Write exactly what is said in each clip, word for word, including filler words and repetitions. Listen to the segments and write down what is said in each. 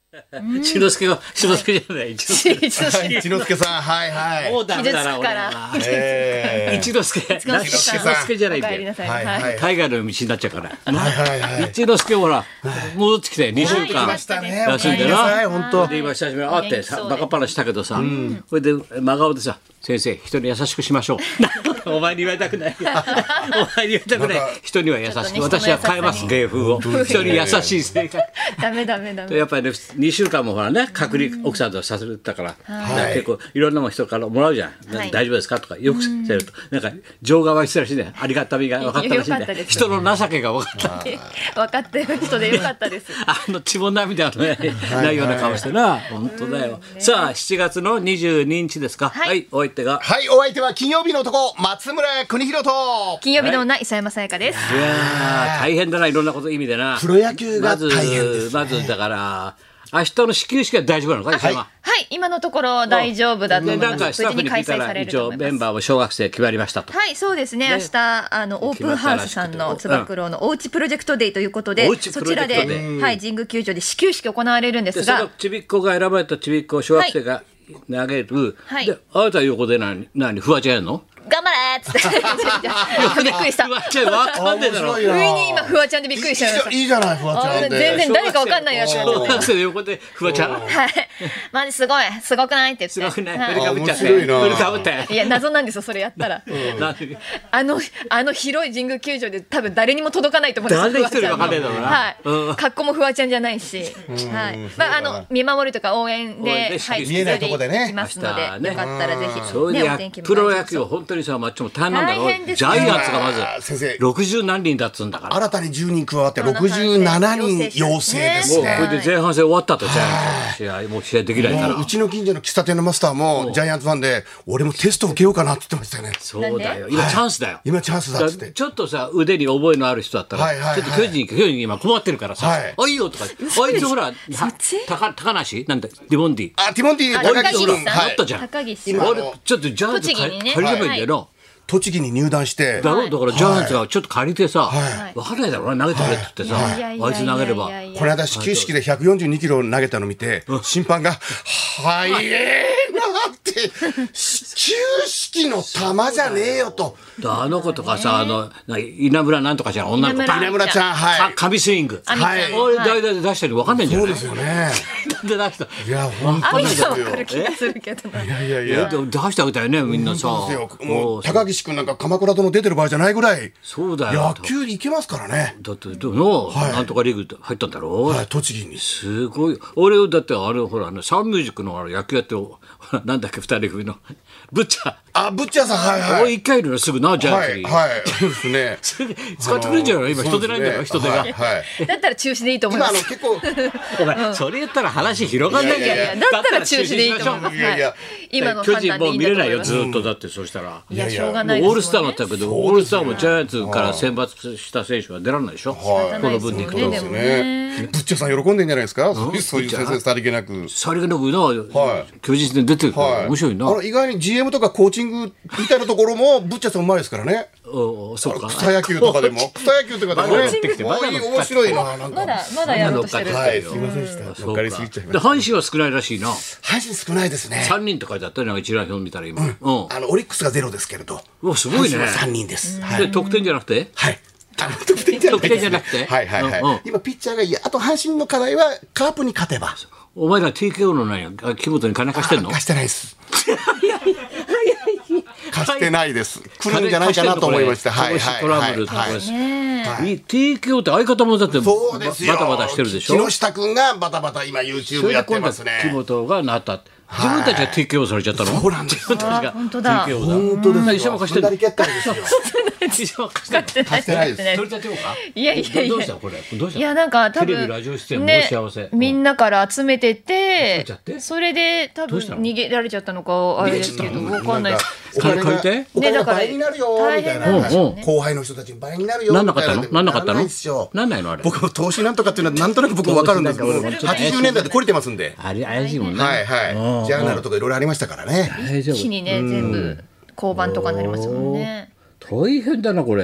一之輔は一之輔じゃない一之輔一之輔さん、はいはい。 もうダメだな俺は。一之輔一之輔じゃないんだよ。海外の道になっちゃうから。一之輔ほら戻ってきてにしゅうかん休んでな。本当。で今久しぶりに会ってバカ話したけどさ、これで真顔でさ。先生、人に優しくしましょう。お前に言われたくない。お前に言われたくない。人には優しく。私は変えます、芸風を。人に優しい性格。 ダメダメダメ。 やっぱりね、にしゅうかんもほらね、隔離奥さんとさせたから、結構いろんなも人からもらうじゃん。大丈夫ですかとか、よくされると。なんか、情が湧いてたらしいね。ありがたみが分かったらしいね。人の情けが分かった。 分かってる人でよかったです。 あの、血も涙のね、ないような顔してな。本当だよ。さあ、しちがつのにじゅうににちですか。はい、お相手が。 はい、お相手は金曜日の男、松村邦弘と。 金曜日の女、磯山さやかです。 いや大変だな、いろんなこと意味でな。 プロ野球が大変です。 まず、だから、明日の始球式は大丈夫なのか、磯山。 はい、今のところ大丈夫だと思います。 なんかスタッフに聞いたら、一応メンバーも小学生決まりましたと。 はい、そうですね。明日、あの、オープンハウスさんのつば九郎のおうちプロジェクトデイということで、そちらで、はい、神宮球場で始球式行われるんですが。 そのちびっ子が選ばれたちびっ子を小学生が投げる。で、あなた横で何、何、フワちゃんやるの？ 頑張れーっつってびっくりした。 フワちゃんわかんねえだろ。 上に今フワちゃんでびっくりしちゃいました。 いいじゃないフワちゃんで。 全然誰かわかんないやつ。 小学生の横でフワちゃん。 はい。マジすごいすごくないって言って。 すごくない。振りかぶっちゃって。振りかぶって。 いや謎なんですよそれやったら。あのあの広い神宮球場で多分誰にも届かないと思うんですよ。 誰一人わかんねえだろうな。 はい。格好もフワちゃんじゃないし。はい。まああの見守りとか応援ではい見えないとこでね。 いますのでよかったらぜひ。 そういうプロ野球本当にさマッチも大変なんだろう。ジャイアンツがまずろくじゅうなんにんだっつうんだから新たにじゅうにん加わってろくじゅうななにん陽性ですね。 もうこれで前半戦終わったとジャイアンツ試合もう試合できないから。 うちの近所の喫茶店のマスターもジャイアンツファンで俺もテスト受けようかなって言ってましたよね。 そうだよ今チャンスだよ。 今チャンスだっつってちょっとさ腕に覚えのある人だったらちょっと巨人巨人今困ってるからさあいいよとかあいつほら高高梨なんだディモンディあディモンディ高岸さんあったじゃん。 高岸さん俺ちょっとジャイアンツ借りればいいんだよな。 栃木に入団してだろだからジャイアンツがちょっと借りてさ分かんないだろうな投げてくれって言ってさあいつ投げればこの間始球式でひゃくよんじゅうにキロ投げたの見て審判が「はいえーな」って始球式の球じゃねえよとあの子とかさあの稲村なんとかじゃん女の子稲村ちゃんはい神スイングはい俺代々で出したり分かんないんじゃないそうですよねで出したいや本当にですよ分かる気がするけどないやいやいや出してあげたよねみんなさもう高岸君なんか鎌倉殿出てる場合じゃないぐらいそうだよ野球に行けますからねだってどのなんとかリーグ入ったんだろうはい栃木にすごい俺だってあれほらサンミュージックの野球やってるなんだっけ二人組のブッチャーあブッチャーさんはいはい俺一回いるのすぐなジャイアンツにはいそうですね使ってくれるんじゃない今人手ないんだよ人手がだったら中止でいいと思います結構お前それ言ったら話広がんないじゃんだったら中止でいいと思います今の巨人もう見れないよずっとだってそうしたらいやしょうがないオールスターになったけどオールスターもジャイアンツから選抜した選手は出られないでしょこの分でいくとブッチャーさん喜んでんじゃないですかそういう先生さりげなくさりげなくな巨人戦出てるから面白いな意外に ジーエム とかコーチングみたいなところもブッチャーさんうまいですからねそうか草野球とかでも草野球とかでもね面白いななんかまだまだやろうとしてるはいすいませんでした乗っかりすぎちゃいました阪神は少ないらしいな阪神少ないですねさんにんとかだったら一覧表見たら今あのオリックスがゼロですけれどうわすごいねさんにんです得点じゃなくてはい得点じゃなくてはいはいはい今ピッチャーがいやあと阪神の課題はカープに勝てばお前ら ティーケーオー の何や木本に金貸してんの貸してないです貸してないです来るんじゃないかなと思いましたはいはいトラブルとか ティーケーオー って相方もだってバタバタしてるでしょ木下君がバタバタ今 YouTube やってますね木本がなった自分たちが ティーケーオー されちゃったのそうなんです自分たちが本当だティーケーオー だ本当です石山貸してる左キャッターですよ石山貸してる貸してないです取り立てようかいやいやいやどうしたこれどうしたいやなんか多分テレビラジオ出演も幸せみんなから集めてててそれで多分逃げられちゃったのかあれですけど分かんないお金が借りてお金が倍になるよみたいな後輩の人たちに倍になるよなんなかったのなんなかったののなんないのあれ僕も投資なんとかっていうのはなんとなく僕も分かるんですけどはちじゅうねんだいで懲りてますんであれ怪しいもんねはいはいジャーナルとかいろいろありましたからね一気にね全部交番とかになりますもんね大変だなこれ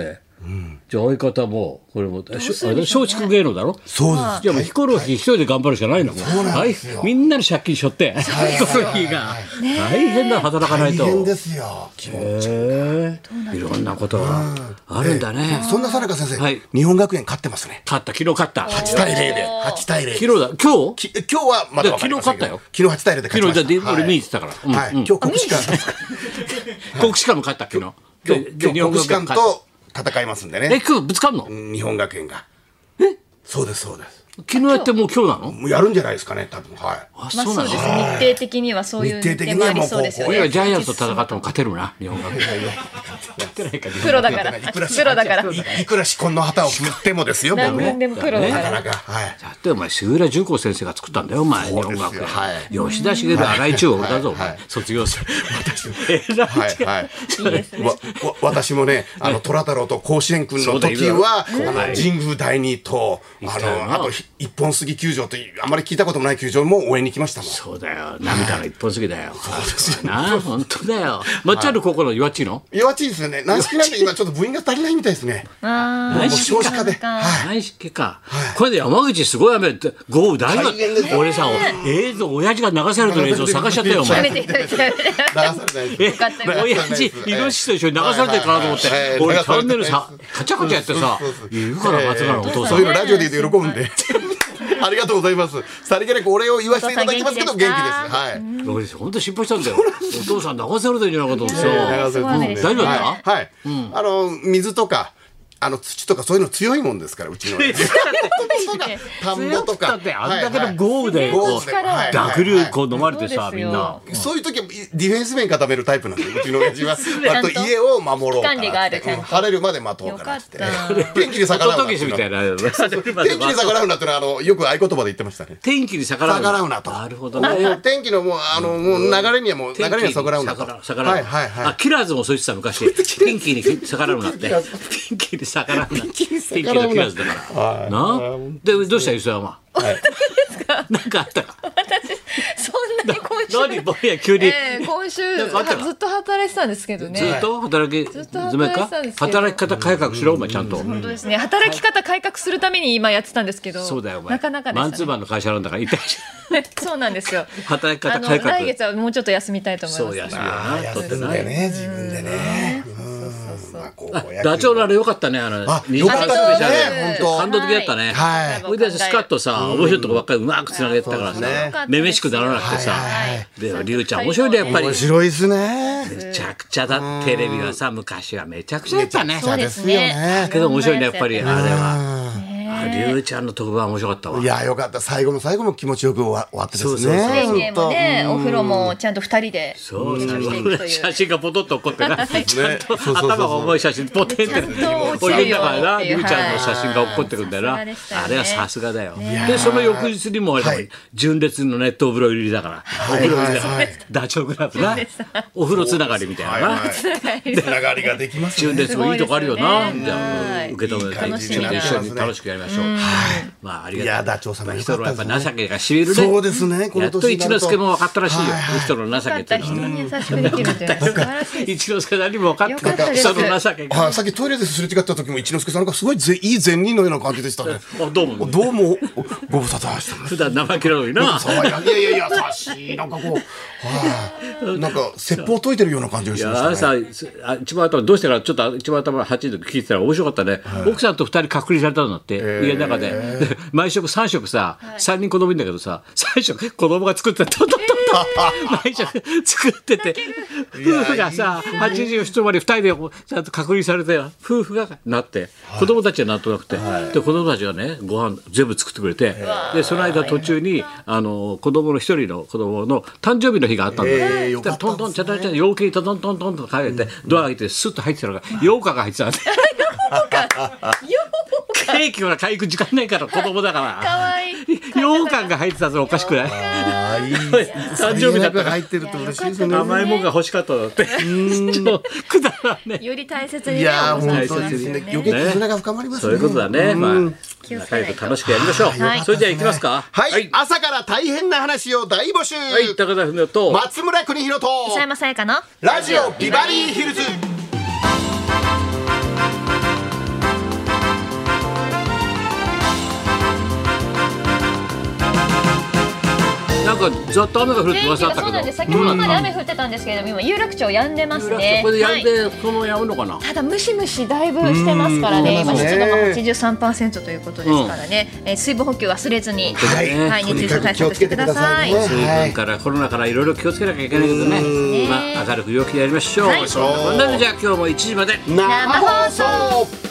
じゃあ相方もこれも松竹芸能だろ。 そうです。 じゃあもうヒコロヒー一人で頑張るしかないの。 そうなんですよ。 みんなの借金しょってヒコロヒーが大変だ、働かないと。 大変ですよ。 へえ、いろんなことがあるんだね。 そんなさなか先生、日本学園勝ってますね。 勝った、昨日勝った。 はちたいゼロで。はちたいゼロ。 昨日だ。今日？ 今日はまだ昨日勝ったよ。 昨日はちたいゼロで勝ちました。 昨日だって俺見に行ってたから。 はい。今日国士舘。 国士舘も勝った昨日。 今日国士舘と戦いますんでね。 え、今日ぶつかんの？ 日本学園が。 え？ そうですそうです。 昨日やってもう今日なの？ もうやるんじゃないですかね、多分。はい。 あ、そうなんです。日程的にはそういう日程もありそうですよね。 ジャイアンツと戦っても勝てるな、日本学園。やってないから。 プロだから。プロだから。 いくらしこんの旗を振ってもですよ。 何分でもプロだから。 なかなか。はい。 だってお前杉浦淳子先生が作ったんだよ、お前日本学園。吉田茂、荒井中央だぞ、お前卒業生。 はいはい。私もね、あの虎太郎と甲子園君の時は神宮第二とあのあと一本杉球場とあまり聞いたこともない球場も応援に来ましたもん。 そうだよ、涙が一本杉だよ。そうですよな、本当だよ。まっちゃんの高校の岩地の？ 岩地ですよね。軟式なんで今ちょっと部員が足りないみたいですね。 軟式か。 軟式か。これで山口すごい雨って豪雨大丈夫。俺さ、映像親父が流されてる映像探しちゃったよお前。流されない。親父イノシシと一緒に流されてるかなと思って、俺チャンネルさカチャカチャやってさ、言うから松原のお父さん。 そういうのラジオで言うと喜ぶんで。ありがとうございます。さりげなくお礼を言わせていただきますけど元気です。はい。 俺本当心配したんだよ。お父さん流されてるんじゃないかと思ってさ。大丈夫だった？ はい。あの水とかあの土とかそういうの強いもんですからうちの。田んぼとか。 だってあんだけの豪雨で濁流こう飲まれてさみんな。 そういう時はディフェンス面固めるタイプなんでうちの親父は割と家を守ろうかな。晴れるまで待とうかなって。天気に逆らうな。天気に逆らうなってのはあのよく合言葉で言ってましたね。 天気に逆らう。 逆らうなと。 なるほどね。 天気のもうあのもう流れにはもう流れには逆らうなと。 逆らう。はいはいはい。あキラーズもそう言ってた昔。天気に逆らうなって。天気に逆らうな。天気のキラーズだから。な。でどうした磯山。なんかあったか。 そんなに今週。 何ぼや急に。 今週ずっと働いてたんですけどね。 ずっと働き詰めか。働き方改革しろお前ちゃんと。 本当ですね。働き方改革するために今やってたんですけど。 そうだよお前。 なかなかマンツーマンの会社なんだから痛いし。 そうなんですよ。 働き方改革。 来月はもうちょっと休みたいと思います。 そう休みよな。休んでね自分でね。 ダチョウのあれよかったねあの。 よかったね本当。 感動的だったね。はい。それでスカッとさ面白いとこばっかりうまくつなげてたからさ、めめしくならなくてさ、でリュウちゃん面白いねやっぱり。 面白いですね。 めちゃくちゃだテレビはさ昔はめちゃくちゃだったね。 そうですね。 けど面白いねやっぱりあれは。リュウちゃんの特番面白かったわ。 いやよかった最後の最後も気持ちよく終わってですね。 水泳もねお風呂もちゃんと二人で。 そう写真がポトッと起こってな。ちゃんと頭が重い写真ポテンってお湯の中でなリュウちゃんの写真が起こってくんだよな。あれはさすがだよ。でその翌日にもあれ純烈の熱湯風呂入りだからお風呂入りだからダチョウ倶楽部なお風呂つながりみたいなな。 つながりができます。 純烈もいいとこあるよな。じゃあ受け止めて一緒に楽しくやりましょう。まあありがとう。いやダチョウさんも良かったですね。 やっぱ情けがしみるね。 そうですね。 やっと一之輔も分かったらしいよ。人の情けって人に優しくできるって素晴らしい。 一之輔何も分かってない人の情けが。 さっきトイレですれ違った時も一之輔さんなんかすごいいい善人のような感じでしたね。 どうもどうもご無沙汰してます。 普段生気なのにな。 いやいやいや優しいなんかこうなんか説法解いてるような感じがしましたね。 一番頭どうしてかちょっと一番頭はちじ聞いてたら面白かったね。奥さんと二人隔離されたんだって家の中で。毎食さん食ささんにん子供いるんだけどささん食子供が作ってた。毎食作ってて夫婦がさはちじゅう一回りふたりでちゃんと隔離されて夫婦がなって子供たちはなんとなくてで子供たちがねご飯全部作ってくれてでその間途中にあの子供の一人の子供の誕生日の日があったんだよ。でトントンチャタチャ陽気にトントントンと帰れてドア開けてスッと入ってたのが羊羹が入ってたんでケーキは買い行く時間ないから子供だからかわいい羊羹が入ってたぞおかしくない誕生日だったから入ってると嬉しいですね。 甘いもんが欲しかっただってくだらねより大切にいや本当ですね。余計絆が深まりますね。 そういうことだね。まあ仲良く楽しくやりましょう。それじゃあ行きますか。 はい朝から大変な話を大募集。 はい高田文夫と松村邦洋と磯山さやかのラジオビバリーヒルズ。 なんかざっと雨が降るって噂だったけど。 そうなんです。先ほどまで雨降ってたんですけれども、今有楽町止んでますね。 これで止んで、その止むのかな。 ただムシムシだいぶしてますからね。今湿度も はちじゅうさんパーセント ということですからね。水分補給忘れずに、はい、熱中症対策してください。 水分からコロナからいろいろ気をつけなきゃいけないけどね。まあ明るく陽気でやりましょう。そんなこんなでじゃあ今日もいちじまで生放送。